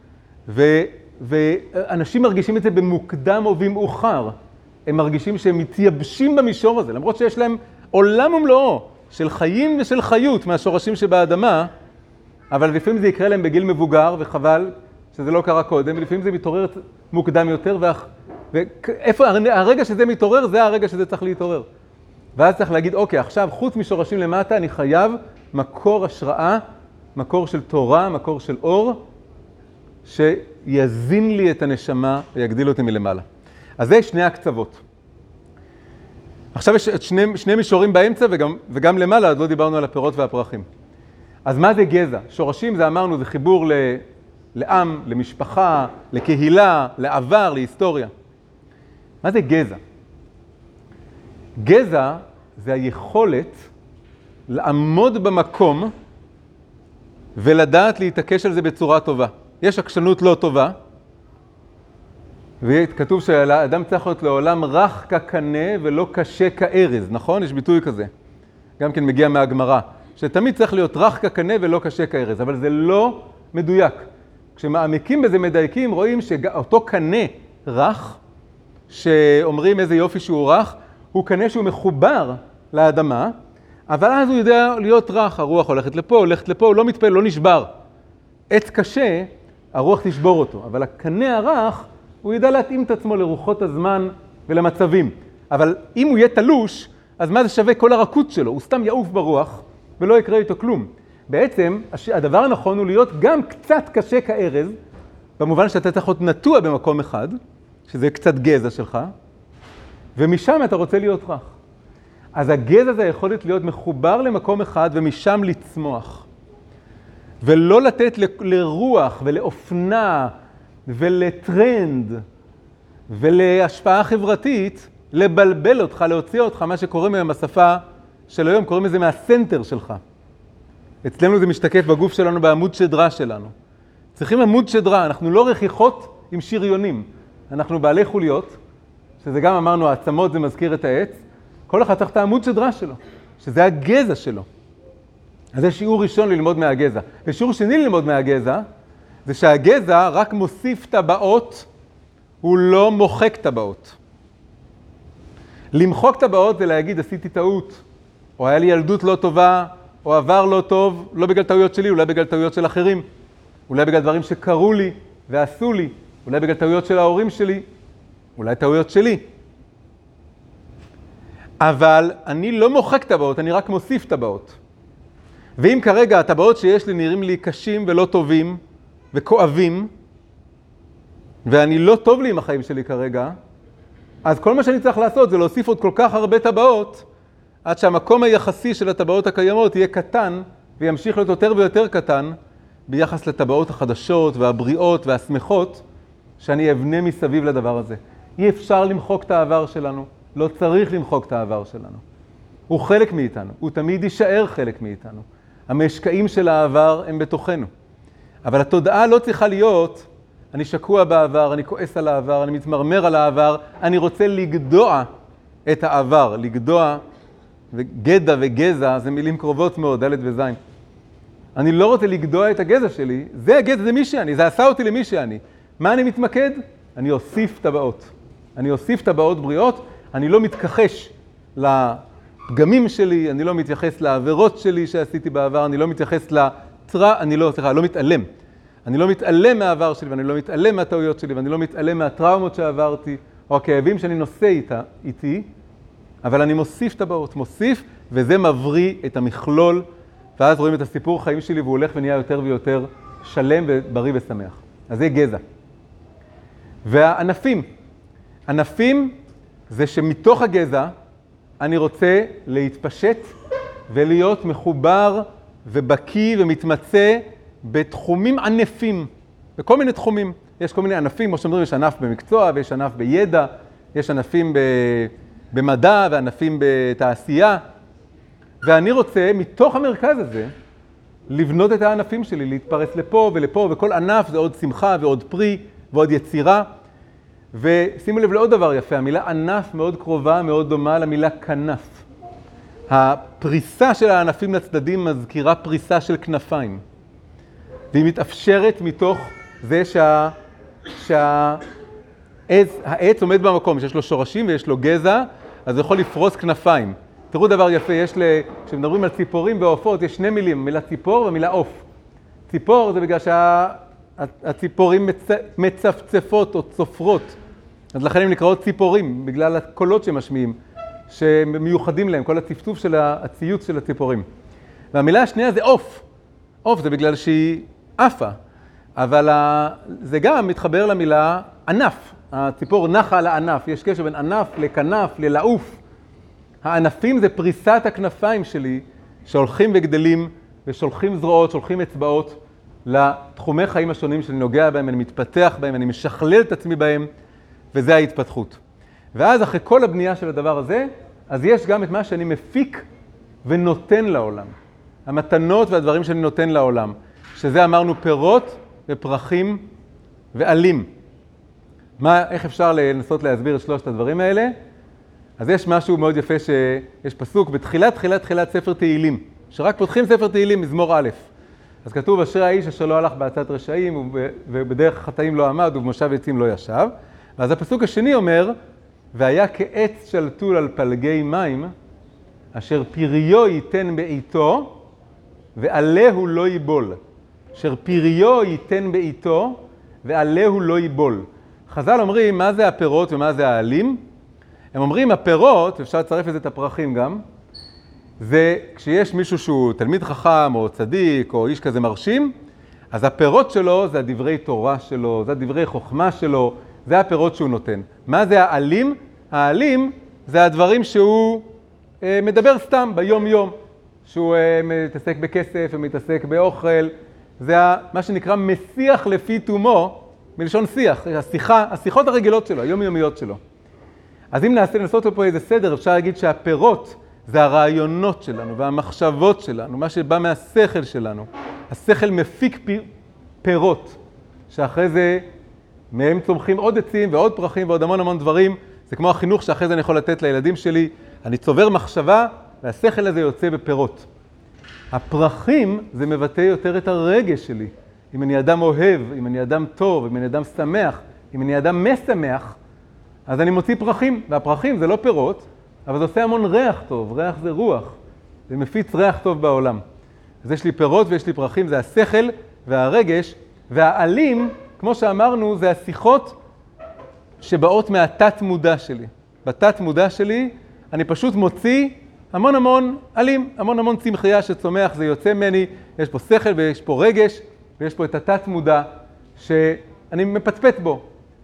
ואנשים מרגישים את זה במוקדם או במאוחר. הם מרגישים שהם מתייבשים במישור הזה, למרות שיש להם עולם ומלואו של חיים ושל חיות מהשורשים שבאדמה, אבל לפעמים זה יקרה להם בגיל מבוגר, וחבל שזה לא קרה קודם, ולפעמים זה מתעורר מוקדם יותר, ואיפה הרגע שזה מתעורר, זה הרגע שזה צריך להתעורר. ואז צריך להגיד, אוקיי, עכשיו חוץ משורשים למטה, אני חייב מקור השראה, מקור של תורה, מקור של אור, שיזין לי את הנשמה ויגדיל אותי מלמעלה. אז זה שני הקצוות. עכשיו יש שני מישורים באמצע וגם למעלה, עוד לא דיברנו על הפירות והפרחים. אז מה זה גזע? שורשים זה אמרנו, זה חיבור לעם, למשפחה, לקהילה, לעבר, להיסטוריה. מה זה גזע? גזע זה היכולת לעמוד במקום ולדעת להתעקש על זה בצורה טובה. יש עקשנות לא טובה, וכתוב שהאדם צריך להיות לעולם רך כקנה ולא קשה כארז, נכון? יש ביטוי כזה. גם כן מגיע מהגמרא, שתמיד צריך להיות רך כקנה ולא קשה כארז, אבל זה לא מדויק. כשמעמיקים בזה מדייקים, רואים שאותו קנה רך, שאומרים איזה יופי שהוא רך, הוא קנה שהוא מחובר לאדמה, אבל אז הוא יודע להיות רך, הרוח הולכת לפה, הוא לא מתפעל, לא נשבר. עץ קשה, הרוח תשבור אותו, אבל הקנה הרך, הוא ידע להתאים את עצמו לרוחות הזמן ולמצבים. אבל אם הוא יהיה תלוש, אז מה זה שווה כל הרכות שלו? הוא סתם יעוף ברוח ולא יקרה איתו כלום. בעצם, הדבר הנכון הוא להיות גם קצת קשה כארז, במובן שאתה צריך להיות נטוע במקום אחד, שזה קצת גזע שלך, ומשם אתה רוצה להיות רך. אז הגזע זה היכולת להיות מחובר למקום אחד ומשם לצמוח. ולא לתת לרוח ולאופנה ולטרנד ולהשפעה חברתית לבלבל אותך, להוציא אותך, מה שקוראים היום בשפה של היום, קוראים לזה מהסנטר שלך. אצלנו זה משתקף בגוף שלנו, בעמוד שדרה שלנו. צריכים עמוד שדרה, אנחנו לא רכיכות עם שריונים, אנחנו בעלי חוליות, שזה גם אמרנו, העצמות זה מזכיר את העץ, כל אחד צריך את העמוד שדרה שלו, שזה הגזע שלו. אז זה שיעור ראשון ללמוד מהגזע. ושיעור שני ללמוד מהגזע, זה שהגזע רק מוסיף טבעות, הוא לא מוחק טבעות. למחוק טבעות זה להגיד, עשיתי טעות, או היה לי ילדות לא טובה, או עבר לא טוב, לא בגלל טעויות שלי, אולי בגלל טעויות של אחרים, אולי בגלל דברים שקרו לי ועשו לי, אולי בגלל טעויות של ההורים שלי, אולי טעויות שלי. אבל אני לא מוחק טבעות, אני רק מוסיף טבעות. ואם כרגע הטבעות שיש לי נראים לי קשים ולא טובים וכואבים, ואני לא טוב לי עם החיים שלי כרגע, אז כל מה שאני צריך לעשות זה להוסיף עוד כל כך הרבה טבעות, עד שהמקום היחסי של הטבעות הקיימות יהיה קטן, וימשיך להיות יותר ויותר קטן, ביחס לטבעות החדשות והבריאות והשמחות שאני אבנה מסביב לדבר הזה. אי אפשר למחוק את העבר שלנו, לא צריך למחוק את העבר שלנו. הוא חלק מאיתנו, הוא תמיד יישאר חלק מאיתנו. המשקעים של העבר הם בתוכנו. אבל התודעה לא צריכה להיות, אני שקוע בעבר, אני כועס על העבר, אני מתמרמר על העבר, אני רוצה לגדוע את העבר, לגדוע, וגדע וגזע, זה מילים קרובות מאוד, ד' וז'. אני לא רוצה לגדוע את הגזע שלי, זה הגזע, זה מי שאני, זה עשה אותי למי שאני. מה אני מתמקד? אני אוסיף טבעות. אני אוסיף טבעות בריאות, אני לא מתכחש לפגמים שלי, אני לא מתייחס לעבירות שלי שעשיתי בעבר, אני לא מתייחס לא מתעלם. אני לא מתעלם מהעבר שלי, ואני לא מתעלם מהטעויות שלי, ואני לא מתעלם מהטראומות שעברתי, או הכאבים שאני נושא איתי, אבל אני מוסיף טבעות, מוסיף, וזה מבריא את המכלול, ואז רואים את הסיפור חיים שלי, והוא הולך ונהיה יותר ויותר שלם ובריא ושמח. אז זה גזע. והענפים. ענפים זה שמתוך הגזע אני רוצה להתפשט ולהיות מחובר ובקיא ומתמצא בתחומים ענפים, בכל מיני תחומים. יש כל מיני ענפים, כמו שאומרים, יש ענף במקצוע ויש ענף בידע, יש ענפים במדע וענפים בתעשייה. ואני רוצה מתוך המרכז הזה לבנות את הענפים שלי, להתפרס לפה ולפה, וכל ענף זה עוד שמחה ועוד פרי ועוד יצירה. ושימו לב לעוד דבר יפה, המילה ענף מאוד קרובה, מאוד דומה למילה כנף. הפריסה של הענפים לצדדים מזכירה פריסה של כנפיים. והיא מתאפשרת מתוך זה שהעץ עומד במקום, שיש לו שורשים ויש לו גזע, אז הוא יכול לפרוס כנפיים. תראו דבר יפה, כשמדברים על ציפורים ועופות, יש שני מילים, מילה ציפור ומילה עוף. ציפור זה בגלל שהציפורים מצפצפות או צופרות. אז לכן הם נקראות ציפורים, בגלל הקולות שמשמיעים, שמיוחדים להם, כל הצפצוף של הציוץ של הציפורים. והמילה השנייה זה עוף. עוף זה בגלל שהיא עפה, אבל זה גם מתחבר למילה ענף. הציפור נחה על הענף, יש קשר בין ענף לכנף, ללעוף. הענפים זה פריסת הכנפיים שלי, שהולכים וגדלים ושולחים זרועות, שולחים אצבעות לתחומי חיים השונים שאני נוגע בהם, אני מתפתח בהם, אני משכלל את עצמי בהם, וזה ההתפתחות. ואז אחרי כל הבנייה של הדבר הזה, אז יש גם את מה שאני מפיק ונותן לעולם. המתנות והדברים שאני נותן לעולם, שזה אמרנו פירות ופרחים ועלים. איך אפשר לנסות להסביר את שלושת הדברים האלה? אז יש משהו מאוד יפה שיש פסוק בתחילת ספר תהילים, שרק פותחים ספר תהילים מזמור א'. אז כתוב אשרי האיש אשר לא הלך בעצת רשעים ובדרך החטאים לא עמד ובמושב עצים לא ישב. ואז הפסוק השני אומר, והיה כעץ שלטול על פלגי מים, אשר פריו ייתן בעיתו ועלהו לא ייבול. אשר פריו ייתן בעיתו ועלהו לא ייבול. חז"ל אומרים מה זה הפירות ומה זה העלים. הם אומרים הפירות, אפשר לצרף לזה את הפרחים גם, זה כשיש מישהו שהוא תלמיד חכם או צדיק או איש כזה מרשים, אז הפירות שלו זה הדברי תורה שלו, זה הדברי חוכמה שלו, זה הפירות שהוא נותן. מה זה העלים? העלים זה הדברים שהוא מדבר סתם ביום יום, שהוא מתעסק בכסף ומתעסק באוכל, זה מה שנקרא משיח לפי תומו, מלשון שיח, השיחות הרגילות שלו, היומיומיות שלו. אז אם ננסות לו פה איזה סדר, אפשר להגיד שהפירות זה הרעיונות שלנו והמחשבות שלנו, מה שבא מהשכל שלנו. השכל מפיק פירות, שאחרי זה מהם צומחים עוד עצים ועוד פרחים ועוד המון דברים. זה כמו החינוך שאחרי זה אני יכול לתת לילדים שלי. אני צובר מחשבה והשכל הזה יוצא בפירות. הפרחים זה מבטא יותר את הרגש שלי. אם אני אדם אוהב, אם אני אדם טוב, אם אני אדם שמח, אם אני אדם משמח, אז אני מוציא פרחים. והפרחים זה לא פירות, אבל זה עושה המון ריח טוב. ריח זה רוח. זה מפיץ ריח טוב בעולם. אז יש לי פירות ויש לי פרחים, זה השכל והרגש. והעלים, כמו שאמרנו, זה השיחות שבאות מהתת מודע שלי. בתת מודע שלי אני פשוט מוציא המון עלים, המון צמחייה שצומח, זה יוצא ממני, יש פה שכל ויש פה רגש, ויש פה את התת מודע שאני מפטפט בו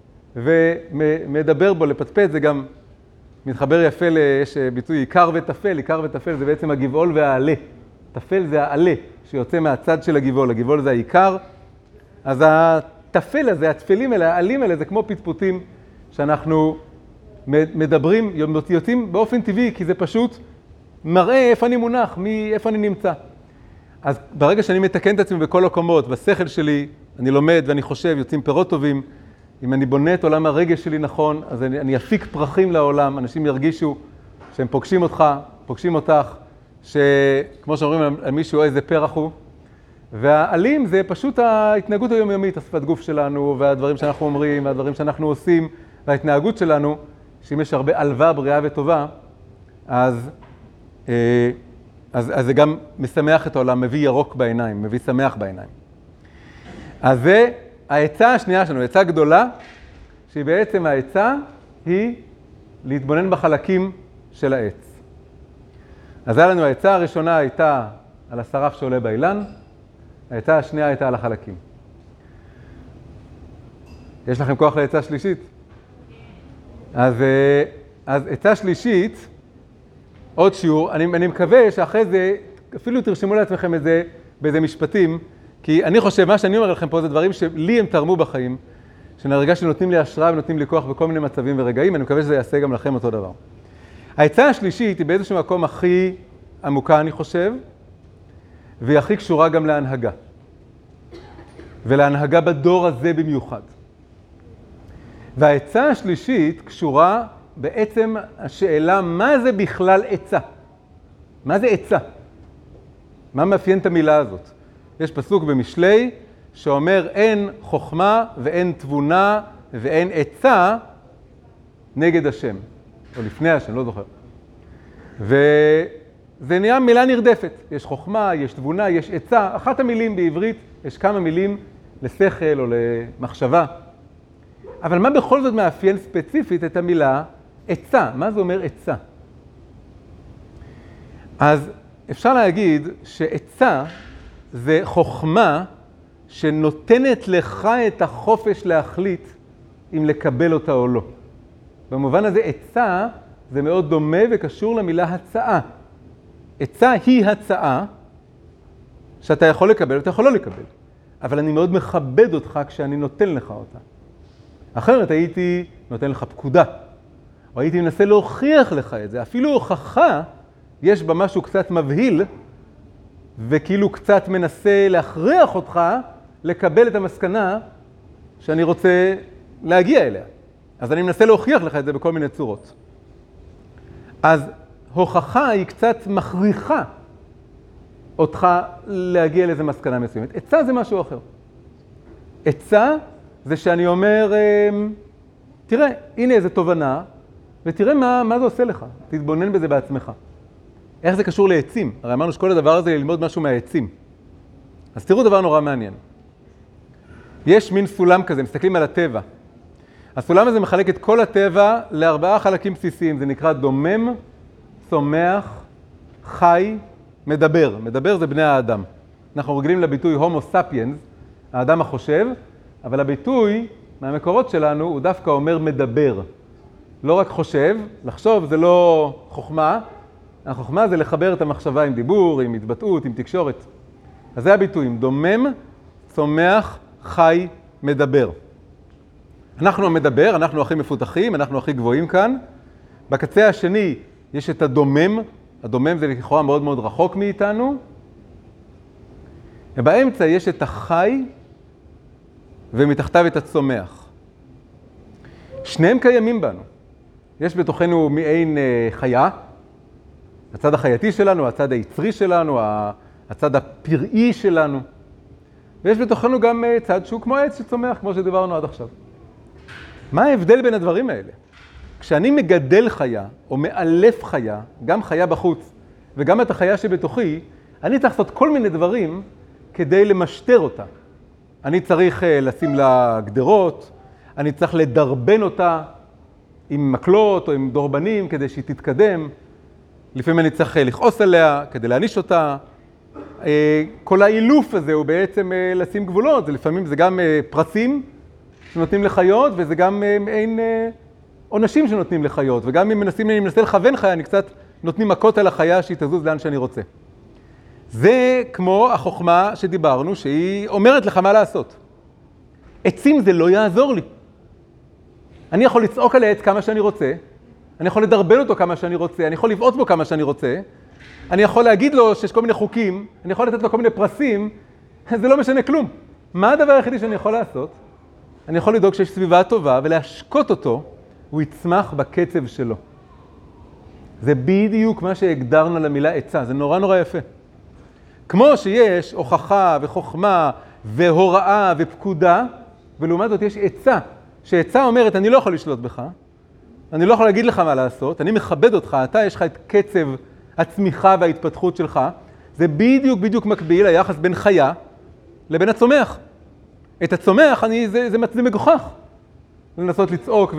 ומדבר בו. לפטפט זה גם מתחבר יפה, יש ביטוי עיקר וטפל. עיקר וטפל זה בעצם הגבעול והעלה. טפל זה העלה שיוצא מהצד של הגבעול, הגבעול זה העיקר. אז התפל הזה, התפלים האלה, העלים האלה, זה כמו פטפוטים שאנחנו מדברים, יוצאים באופן טבעי, כי זה פשוט מראה איפה אני מונח, איפה אני נמצא. אז ברגע שאני מתקן את עצמי בכל הקומות, בשכל שלי, אני לומד ואני חושב, יוצאים פירות טובים. אם אני בונה את עולם הרגש שלי נכון, אז אני אפיק פרחים לעולם, אנשים ירגישו שהם פוגשים אותך, פוגשים אותך, שכמו שאומרים על מישהו איזה פרח הוא. והעלים זה פשוט ההתנהגות היומיומית, השפת גוף שלנו, והדברים שאנחנו אומרים, והדברים שאנחנו עושים, וההתנהגות שלנו, שאם יש הרבה עלווה, בריאה וטובה, אז זה גם משמח את העולם, מביא ירוק בעיניים, מביא שמח בעיניים. אז זה העצה השנייה שלנו, עצה גדולה, שהיא בעצם העצה היא להתבונן בחלקים של העץ. אז היה לנו העצה הראשונה הייתה על השרף שעולה באילן, העצה השנייה הייתה על החלקים. יש לכם כוח לעצה שלישית? אז עצה שלישית, עוד שיעור, אני מקווה שאחרי זה, אפילו תרשמו לעצמכם את זה באיזה משפטים, כי אני חושב, מה שאני אומר לכם פה זה דברים שלי הם תרמו בחיים, שאני הרגע שנותנים לי השראה ונותנים לי כוח בכל מיני מצבים ורגעים, אני מקווה שזה יעשה גם לכם אותו דבר. העצה השלישית היא באיזשהו מקום הכי עמוקה, אני חושב, והיא הכי קשורה גם להנהגה. ולהנהגה בדור הזה במיוחד. והעצה השלישית קשורה בעצם השאלה מה זה בכלל עצה. מה זה עצה? מה מאפיין את המילה הזאת? יש פסוק במשלי שאומר אין חוכמה ואין תבונה ואין עצה נגד השם. או לפני השם, לא זוכר. וזה נהיה מילה נרדפת. יש חוכמה, יש תבונה, יש עצה. אחת המילים בעברית, יש כמה מילים לשכל או למחשבה. אבל מה בכל זאת מאפיין ספציפית את המילה עצה? מה זה אומר עצה? אז אפשר להגיד שעצה זה חוכמה שנותנת לך את החופש להחליט אם לקבל אותה או לא. במובן הזה עצה זה מאוד דומה וקשור למילה הצעה. עצה היא הצעה שאתה יכול לקבל ואתה יכול לא לקבל. אבל אני מאוד מכבד אותך כשאני נותן לך אותה. אחרת הייתי נותן לך פקודה, או הייתי מנסה להוכיח לך את זה. אפילו הוכחה יש בה משהו קצת מבהיל, וכאילו קצת מנסה להכריח אותך לקבל את המסקנה שאני רוצה להגיע אליה. אז אני מנסה להוכיח לך את זה בכל מיני צורות. אז הוכחה היא קצת מכריחה אותך להגיע לאיזה מסקנה מסוימת. עצה זה משהו אחר. עצה זה שאני אומר, תראה, הנה איזו תובנה, ותראה מה זה עושה לך. תתבונן בזה בעצמך. איך זה קשור לעצים? הרי אמרנו שכל הדבר הזה ללמוד משהו מהעצים. אז תראו דבר נורא מעניין. יש מין סולם כזה, מסתכלים על הטבע. הסולם הזה מחלק את כל הטבע לארבעה חלקים בסיסיים. זה נקרא דומם, צומח, חי, מדבר. מדבר זה בני האדם. אנחנו רגילים לביטוי הומו ספיאנס, האדם החושב, אבל הביטוי מהמקורות שלנו הוא דווקא אומר מדבר. לא רק חושב, לחשוב זה לא חוכמה, החוכמה זה לחבר את המחשבה עם דיבור, עם התבטאות, עם תקשורת. אז זה הביטויים, דומם, צומח, חי, מדבר. אנחנו המדבר, אנחנו הכי מפותחים, אנחנו הכי גבוהים כאן. בקצה השני יש את הדומם, הדומם זה לכאורה מאוד מאוד רחוק מאיתנו. ובאמצע יש את החי ומתחתיו את הצומח. שניהם קיימים בנו. יש בתוכנו מעין חיה, הצד החייתי שלנו, הצד היצרי שלנו, הצד הפראי שלנו. ויש בתוכנו גם צד שהוא כמו עץ שצומח, כמו שדיברנו עד עכשיו. מה ההבדל בין הדברים האלה? כשאני מגדל חיה, או מאלף חיה, גם חיה בחוץ, וגם את החיה שבתוכי, אני צריך לעשות כל מיני דברים כדי למשטר אותה. אני צריך לשים לה גדרות, אני צריך לדרבן אותה עם מקלות או עם דורבנים כדי שהיא תתקדם. לפעמים אני צריך לכעוס עליה כדי להניש אותה. כל האילוף הזה הוא בעצם לשים גבולות. לפעמים זה גם פרסים שנותנים לחיות, וזה גם אין עונשים שנותנים לחיות. וגם אם אני מנסה לכוון חיה, אני קצת נותנים מכות על החיה שהיא תזוז לאן שאני רוצה. זה כמו החוכמה שדיברנו, שהיא אומרת לך מה לעשות. עצים זה לא יעזור לי. אני יכול לצעוק על העץ כמה שאני רוצה, אני יכול לדרבן אותו כמה שאני רוצה, אני יכול לבעוט בו כמה שאני רוצה, אני יכול להגיד לו שיש כל מיני חוקים, אני יכול לתת לו כל מיני פרסים, זה לא משנה כלום. מה הדבר היחידי שאני יכול לעשות? אני יכול לדאוג שיש סביבה טובה ולהשקות אותו, הוא יצמח בקצב שלו. זה בדיוק מה שהגדרנו למילה עצה, זה נורא נורא יפה. כמו שיש הוכחה וחוכמה והוראה ופקודה, ולעומת זאת יש עצה, שעצה אומרת, אני לא יכול לשלוט בך, אני לא יכול להגיד לך מה לעשות, אני מכבד אותך, אתה יש לך את קצב הצמיחה וההתפתחות שלך, זה בדיוק מקביל ליחס בין חיה לבין הצומח. את הצומח, זה מגוחך. לנסות לצעוק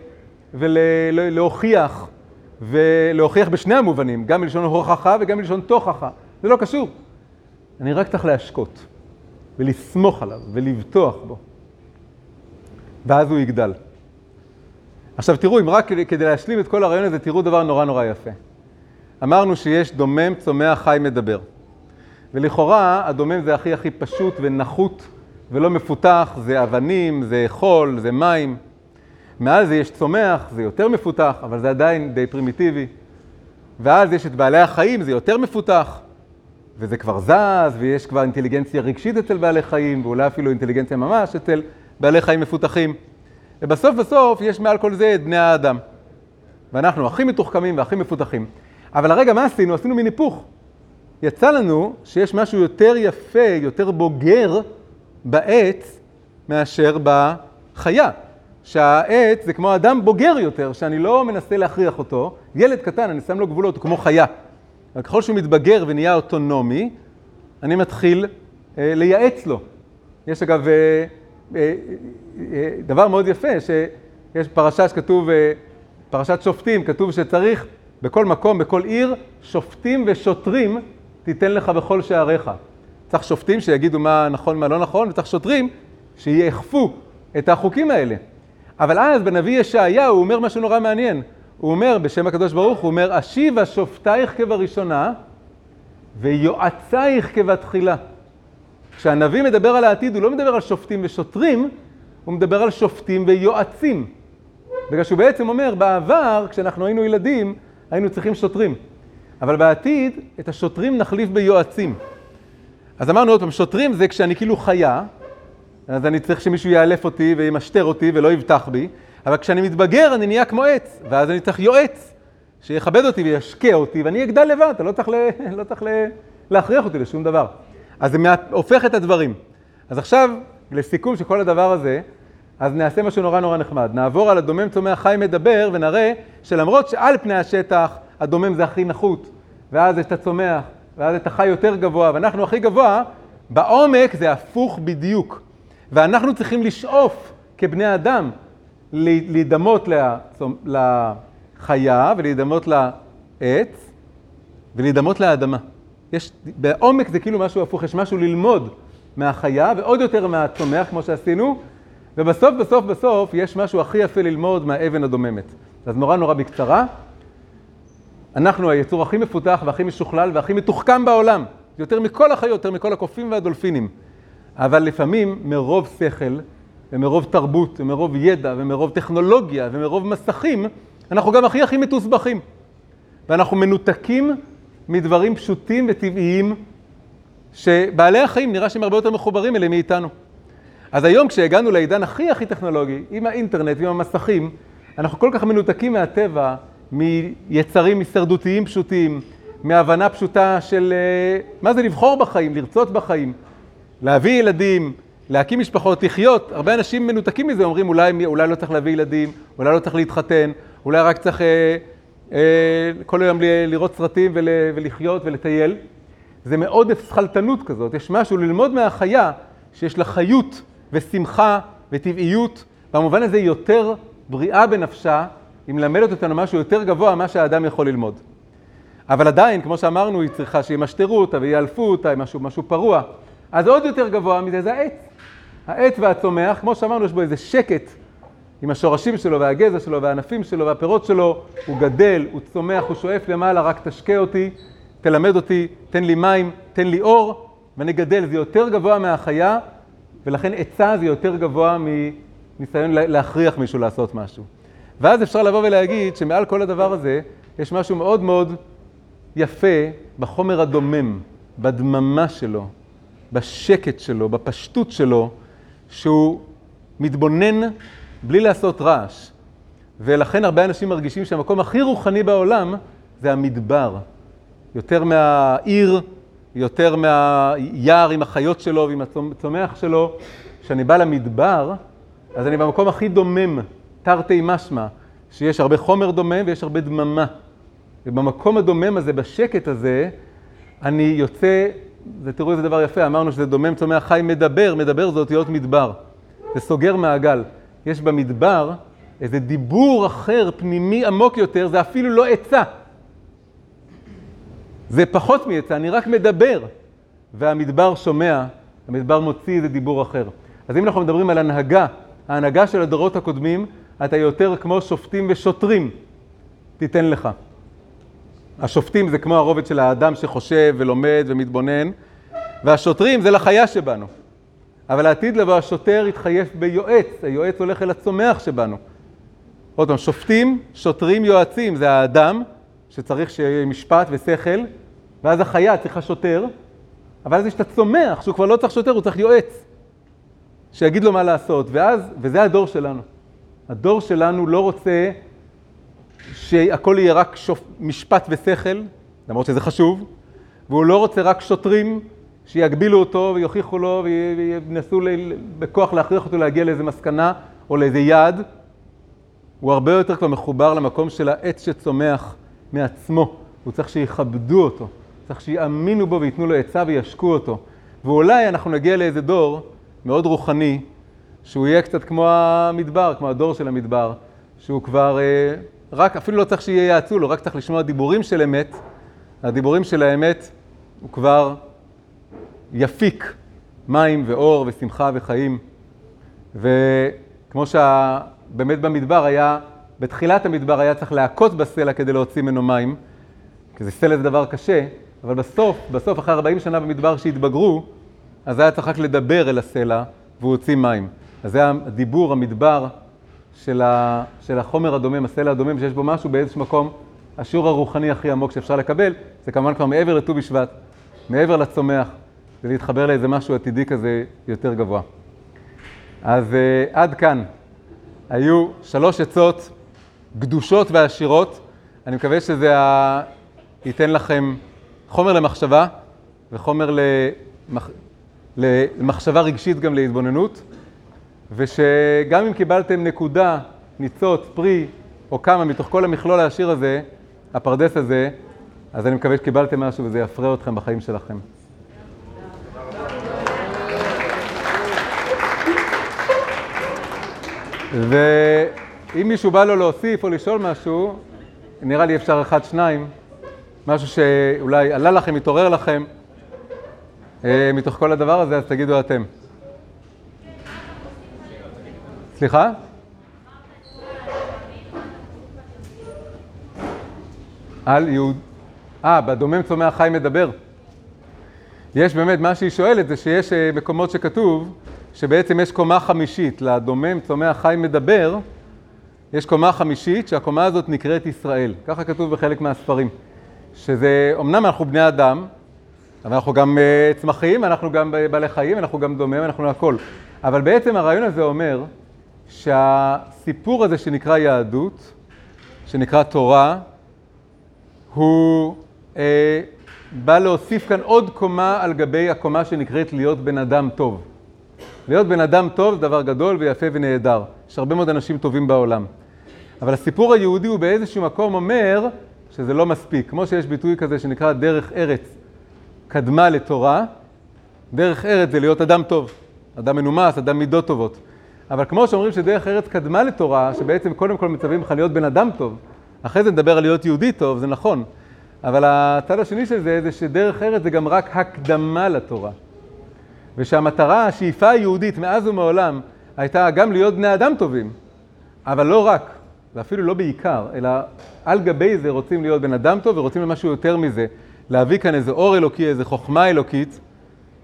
ולהוכיח, ולהוכיח בשני המובנים, גם מלשון הוכחה וגם מלשון תוכחה. זה לא קשור. אני רק צריך להשקות, ולסמוך עליו, ולבטוח בו. ואז הוא יגדל. עכשיו תראו, אם רק כדי להשלים את כל הרעיון הזה, תראו דבר נורא נורא יפה. אמרנו שיש דומם, צומח, חי, מדבר. ולכאורה, הדומם זה הכי פשוט ונחות, ולא מפותח, זה אבנים, זה חול, זה מים. מעל זה יש צומח, זה יותר מפותח, אבל זה עדיין די פרימיטיבי. ואז יש את בעלי החיים, זה יותר מפותח, וזה כבר זז, ויש כבר אינטליגנציה רגשית אצל בעלי חיים, ואולי אפילו אינטליגנציה ממש אצל בעלי חיים מפותחים. ובסוף יש מעל כל זה את בני האדם. ואנחנו הכי מתוחכמים והכי מפותחים. אבל הרגע מה עשינו? עשינו מין היפוך. יצא לנו שיש משהו יותר יפה, יותר בוגר בעץ מאשר בחיה. שהעץ זה כמו אדם בוגר יותר, שאני לא מנסה להכריח אותו. ילד קטן, אני שם לו גבולות, הוא כמו חיה. אבל ככל שהוא מתבגר ונהיה אוטונומי, אני מתחיל לייעץ לו. יש אגב דבר מאוד יפה, שיש פרשה שכתוב, פרשת שופטים, כתוב שצריך בכל מקום, בכל עיר, שופטים ושוטרים תיתן לך בכל שעריך. צריך שופטים שיגידו מה נכון, מה לא נכון, וצריך שוטרים שיאכפו את החוקים האלה. אבל אז בנביא ישעיה הוא אומר משהו נורא מעניין. הוא אומר בשם הקדוש ברוך הוא אומר, אשיבה שופטייך כבראשונה ויועצייך כבתחילה. כשהנביא מדבר על העתיד, הוא לא מדבר על שופטים ושוטרים, הוא מדבר על שופטים ויועצים. בגלל שהוא בעצם אומר, בעבר, כשאנחנו היינו ילדים, היינו צריכים שוטרים. אבל בעתיד, את השוטרים נחליף ביועצים. אז אמרנו עוד פעם, שוטרים זה כשאני כאילו חיה, אז אני צריך שמישהו יאלף אותי וימשטר אותי ולא יבטח בי, אבל כשאני מתבגר אני נהיה כמו עץ, ואז אני צריך יועץ, שיכבד אותי וישקע אותי, ואני אגדל לבד, אתה לא צריך להכריח אותי לשום דבר. אז זה הופך את הדברים. אז עכשיו, לסיכום של כל הדבר הזה, אז נעשה משהו נורא נורא נחמד. נעבור על הדומם, צומח, חי, מדבר, ונראה שלמרות שעל פני השטח, הדומם זה הכי נחות, ואז את הצומח, ואז את החי יותר גבוה, ואנחנו הכי גבוה, בעומק זה הפוך בדיוק. ואנחנו צריכים לשאוף כבני אדם, להידמות לחיה, ולהידמות לעץ, ולהידמות לאדמה. בעומק זה כאילו משהו הפוך, יש משהו ללמוד מהחיה, ועוד יותר מהצומח, כמו שעשינו, ובסוף יש משהו הכי יפה ללמוד מהאבן הדוממת. אז נורא בקצרה, אנחנו היצור הכי מפותח והכי משוכלל והכי מתוחכם בעולם, יותר מכל החיות, יותר מכל הקופים והדולפינים. אבל לפעמים מרוב שכל, ומרוב תרבות, ומרוב ידע, ומרוב טכנולוגיה, ומרוב מסכים, אנחנו גם הכי מתוסבכים. ואנחנו מנותקים מדברים פשוטים וטבעיים, שבעלי החיים נראה שהם הרבה יותר מחוברים אליהם מאיתנו. אז היום כשהגענו לעידן הכי טכנולוגי, עם האינטרנט ועם המסכים, אנחנו כל כך מנותקים מהטבע, מיצרים הישרדותיים פשוטים, מהבנה פשוטה של מה זה לבחור בחיים, לרצות בחיים, להביא ילדים, להקים משפחות, לחיות. הרבה אנשים מנותקים מזה, אומרים אולי לא צריך להביא ילדים, אולי לא צריך להתחתן, אולי רק צריך כל היום לראות סרטים ולחיות ולטייל. זה מאוד הפסחלטנות כזאת. יש משהו ללמוד מהחיה שיש לה חיות ושמחה וטבעיות, במובן הזה יותר בריאה בנפשה, היא מלמדת אותנו משהו יותר גבוה מה שהאדם יכול ללמוד. אבל עדיין, כמו שאמרנו, היא צריכה שימשטרו אותה ויאלפו אותה, משהו פרוע. אז עוד יותר גבוה מזה זה העץ. העץ והצומח, כמו שאמרנו, יש בו איזה שקט עם השורשים שלו והגזע שלו והענפים שלו והפירות שלו. הוא גדל, הוא צומח, הוא שואף למעלה, רק תשקה אותי, תלמד אותי, תן לי מים, תן לי אור, ואני גדל. זה יותר גבוה מהחיה, ולכן עצה זה יותר גבוה מניסיון להכריח מישהו לעשות משהו. ואז אפשר לבוא ולהגיד שמעל כל הדבר הזה, יש משהו מאוד מאוד יפה בחומר הדומם, בדממה שלו, בשקט שלו, בפשטות שלו, שהוא מתבונן בלי לעשות רעש. ולכן הרבה אנשים מרגישים שהמקום הכי רוחני בעולם זה המדבר. יותר מהעיר, יותר מהיער עם החיות שלו ועם הצומח שלו. כשאני בא למדבר, אז אני במקום הכי דומם, תרתי משמע, שיש הרבה חומר דומם ויש הרבה דממה. ובמקום הדומם הזה, בשקט הזה, אני יוצא, תראו איזה דבר יפה, אמרנו שזה דומם, צומח, חי, מדבר, מדבר זה אותיות מדבר. זה סוגר מעגל. יש במדבר איזה דיבור אחר, פנימי עמוק יותר, זה אפילו לא עצה. זה פחות מעצה, אני רק מדבר. והמדבר שומע, המדבר מוציא איזה דיבור אחר. אז אם אנחנו מדברים על הנהגה, ההנהגה של הדורות הקודמים, אתה יותר כמו שופטים ושוטרים. תיתן לך. השופטים זה כמו הרובד של האדם שחושב ולומד ומתבונן, והשוטרים זה לחיה שבנו. אבל העתיד לבוא השוטר יתחייף ביועץ, היועץ הולך אל הצומח שבנו. עוד פעם, שופטים, שוטרים, יועצים, זה האדם שצריך שיהיה משפט ושכל, ואז החיה צריכה שוטר, אבל אז יש את הצומח, שהוא כבר לא צריך שוטר, הוא צריך יועץ, שיגיד לו מה לעשות, וזה הדור שלנו. הדור שלנו לא רוצה שהכל יהיה רק משפט ושכל, למרות שזה חשוב, והוא לא רוצה רק שוטרים שיגבילו אותו ויוכיחו לו וינסו בכוח להכריח אותו להגיע לאיזה מסקנה או לאיזה יעד. הוא הרבה יותר כבר מחובר למקום של העץ שצומח מעצמו. הוא צריך שיכבדו אותו, צריך שיאמינו בו ויתנו לו עצה וישקו אותו. ואולי אנחנו נגיע לאיזה דור מאוד רוחני, שהוא יהיה קצת כמו המדבר, כמו הדור של המדבר, שהוא כבר רק, אפילו לא צריך שיעצו לו, רק צריך לשמוע דיבורים של אמת. הדיבורים של האמת הוא כבר יפיק מים ואור ושמחה וחיים. וכמו שבאמת במדבר היה, בתחילת המדבר היה צריך להכות בסלע כדי להוציא ממנו מים, כי זה סלע זה דבר קשה, אבל בסוף אחרי 40 שנה במדבר שהתבגרו, אז היה צריך רק לדבר אל הסלע והוא הוציא מים. אז זה הדיבור, המדבר של החומר הדומם, הסלע הדומם, שיש בו משהו באיזשהו מקום, השיעור הרוחני הכי עמוק שאפשר לקבל, זה כמובן כבר מעבר לט"ו בשבט, מעבר לצומח, זה להתחבר לאיזה משהו עתידי כזה יותר גבוה. אז עד כאן היו 3 עצות גדושות ועשירות. אני מקווה שזה ייתן לכם חומר למחשבה וחומר למחשבה רגשית גם להתבוננות, ושגם אם קיבלתם נקודה, ניצוץ, פרי או כמה מתוך כל המכלול העשיר הזה, הפרדס הזה, אז אני מקווה שקיבלתם משהו וזה יפרה אתכם בחיים שלכם. ואם מישהו בא לו להוסיף או לשאול משהו, נראה לי אפשר 1-2, משהו שאולי עלה לכם, התעורר לכם, מתוך כל הדבר הזה, אז תגידו אתם. סליחה? על יהוד... בדומם צומח חי מדבר. יש באמת, מה שהיא שואלת זה שיש מקומות שכתוב שבעצם יש קומה חמישית, לדומם צומח חי מדבר, יש קומה חמישית שהקומה הזאת נקראת ישראל. ככה כתוב בחלק מהספרים. שזה, אמנם אנחנו בני אדם, אבל אנחנו גם צמחים, אנחנו גם בעלי חיים, אנחנו גם דומם, אנחנו הכל. אבל בעצם הרעיון הזה אומר שהסיפור הזה שנקרא יהדות, שנקרא תורה, הוא בא להוסיף כאן עוד קומה על גבי הקומה שנקראת להיות בן אדם טוב. להיות בן אדם טוב זה דבר גדול ויפה ונהדר. יש הרבה מאוד אנשים טובים בעולם. אבל הסיפור היהודי הוא באיזשהו מקום אומר שזה לא מספיק. כמו שיש ביטוי כזה שנקרא דרך ארץ קדמה לתורה, דרך ארץ זה להיות אדם טוב, אדם מנומס, אדם מידות טובות. אבל כמו שאומרים שדרך ארץ קדמה לתורה, שבעצם קודם כל מצווים לך להיות בן אדם טוב, אחרי זה נדבר על להיות יהודי טוב, זה נכון. אבל הצד השני של זה שדרך ארץ זה גם רק הקדמה לתורה. ושהמטרה, השאיפה היהודית מאז ומעולם, הייתה גם להיות בני אדם טובים, אבל לא רק, ואפילו לא בעיקר, אלא על גבי זה רוצים להיות בן אדם טוב ורוצים למשהו יותר מזה, להביא כאן איזה אור אלוקי, איזה חוכמה אלוקית,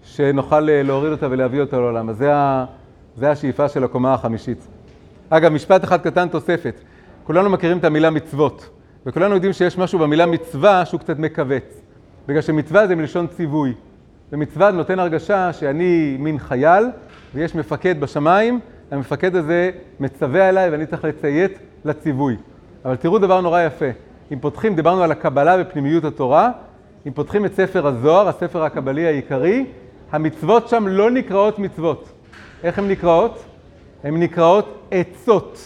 שנוכל להוריד אותה ולהביא אותה לעולם. אז זה השאיפה של הקומה החמישית. אגב, משפט אחד קטן תוספת. כולנו מכירים את המילה מצוות, וכולנו יודעים שיש משהו במילה מצווה שהוא קצת מכווץ. בגלל שמצווה זה מלשון ציווי. ומצווה נותן הרגשה שאני מין חייל, ויש מפקד בשמיים, המפקד הזה מצווה אליי ואני צריך לציית לציווי. אבל תראו דבר נורא יפה. אם פותחים, דיברנו על הקבלה ופנימיות התורה, אם פותחים את ספר הזוהר, הספר הקבלי העיקרי, המצוות שם לא נקראות מצוות. איך הן נקראות? הן נקראות עצות.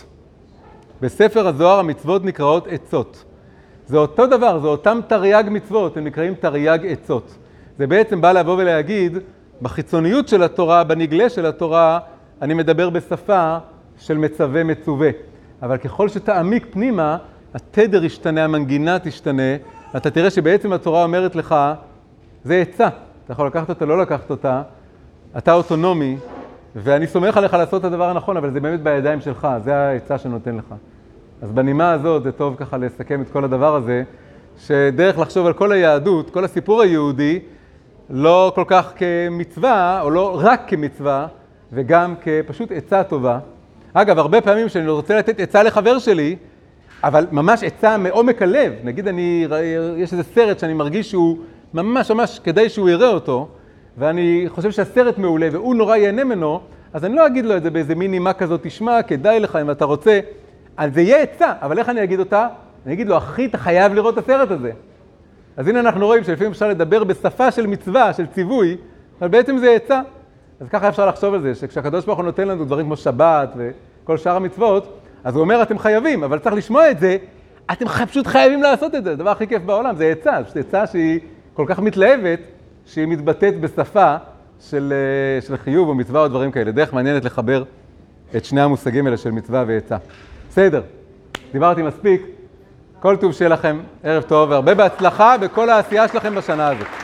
בספר הזוהר המצוות נקראות עצות. זה אותו דבר, זה אותם תרי"ג מצוות, הם נקראים תרי"ג עצות. זה בעצם בא לבוא ולהגיד, בחיצוניות של התורה, בנגלה של התורה, אני מדבר בשפה של מצווה מצווה. אבל ככל שתעמיק פנימה, התדר ישתנה, המנגינה תשתנה, אתה תראה שבעצם התורה אומרת לך, זה עצה. אתה יכול לקחת אותה, לא לקחת אותה, אתה אוטונומי, ואני סומך עליך לעשות את הדבר הנכון, אבל זה באמת בידיים שלך, זה העצה שנותן לך. אז בנימה הזאת זה טוב ככה לסכם את כל הדבר הזה, שדרך לחשוב על כל היהדות, כל הסיפור היהודי, לא כל כך כמצווה, או לא רק כמצווה, וגם כפשוט עצה טובה. אגב, הרבה פעמים שאני רוצה לתת עצה לחבר שלי, אבל ממש עצה מעומק הלב. נגיד, יש איזה סרט שאני מרגיש שהוא ממש כדאי שהוא יראה אותו, ואני חושב שהסרט מעולה והוא נורא ייהנה ממנו, אז אני לא אגיד לו את זה באיזה מין נימה כזאת, תשמע, כדאי לך אם אתה רוצה. אז זה יהיה עצה, אבל איך אני אגיד אותה? אני אגיד לו, אחי, אתה חייב לראות את הסרט הזה. אז הנה אנחנו רואים שלפעמים אפשר לדבר בשפה של מצווה, של ציווי, אבל בעצם זה עצה. אז ככה אפשר לחשוב על זה, שכשהקדוש ברוך הוא נותן לנו דברים כמו שבת וכל שאר המצוות, אז הוא אומר, אתם חייבים, אבל צריך לשמוע את זה, אתם פשוט חייבים לעשות את זה, זה הדבר הכי כיף בעולם, זה עצה, זו עצה שהיא כל כך מתלהבת, שהיא מתבטאת בשפה של חיוב או מצווה או דברים כאלה. דרך מעניינת לחבר את שני המושגים האלה של מצווה ועצה. בסדר, דיברתי מספיק, כל טוב שיהיה לכם, ערב טוב, והרבה בהצלחה בכל העשייה שלכם בשנה הזאת.